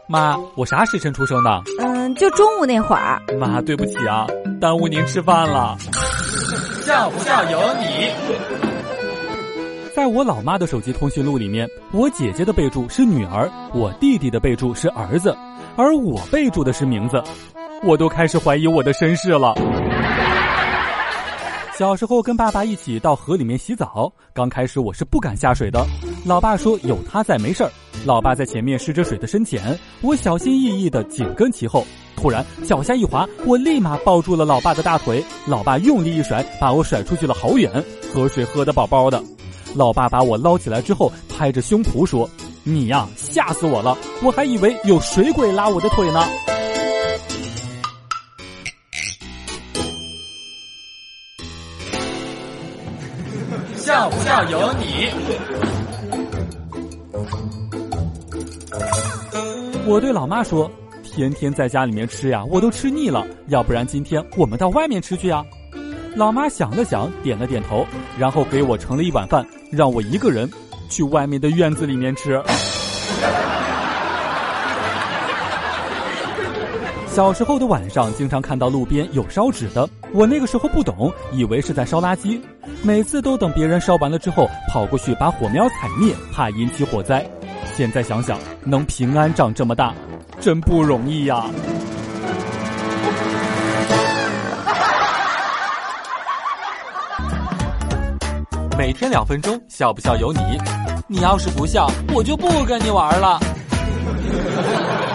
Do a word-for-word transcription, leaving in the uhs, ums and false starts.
妈，我啥时辰出生的？ 嗯，就中午那会儿。 妈，对不起啊，耽误您吃饭了。 笑不笑由你。 在我老妈的手机通讯录里面，我姐姐的备注是女儿，我弟弟的备注是儿子，而我备注的是名字。我都开始怀疑我的身世了。小时候跟爸爸一起到河里面洗澡，刚开始我是不敢下水的，老爸说有他在没事儿。老爸在前面试着水的深浅，我小心翼翼地紧跟其后。突然脚下一滑，我立马抱住了老爸的大腿，老爸用力一甩，把我甩出去了好远，喝水喝得饱饱的。老爸把我捞起来之后，拍着胸脯说：“你呀，吓死我了，我还以为有水鬼拉我的腿呢。” 笑不笑由你。 我对老妈说，天天在家里面吃呀，我都吃腻了，要不然今天我们到外面吃去呀。老妈想了想，点了点头，然后给我盛了一碗饭，让我一个人去外面的院子里面吃。小时候的晚上经常看到路边有烧纸的，我那个时候不懂，以为是在烧垃圾，每次都等别人烧完了之后跑过去把火苗踩灭，怕引起火灾。现在想想，能平安长这么大真不容易呀。每天两分钟，笑不笑由你。你要是不笑，我就不跟你玩了。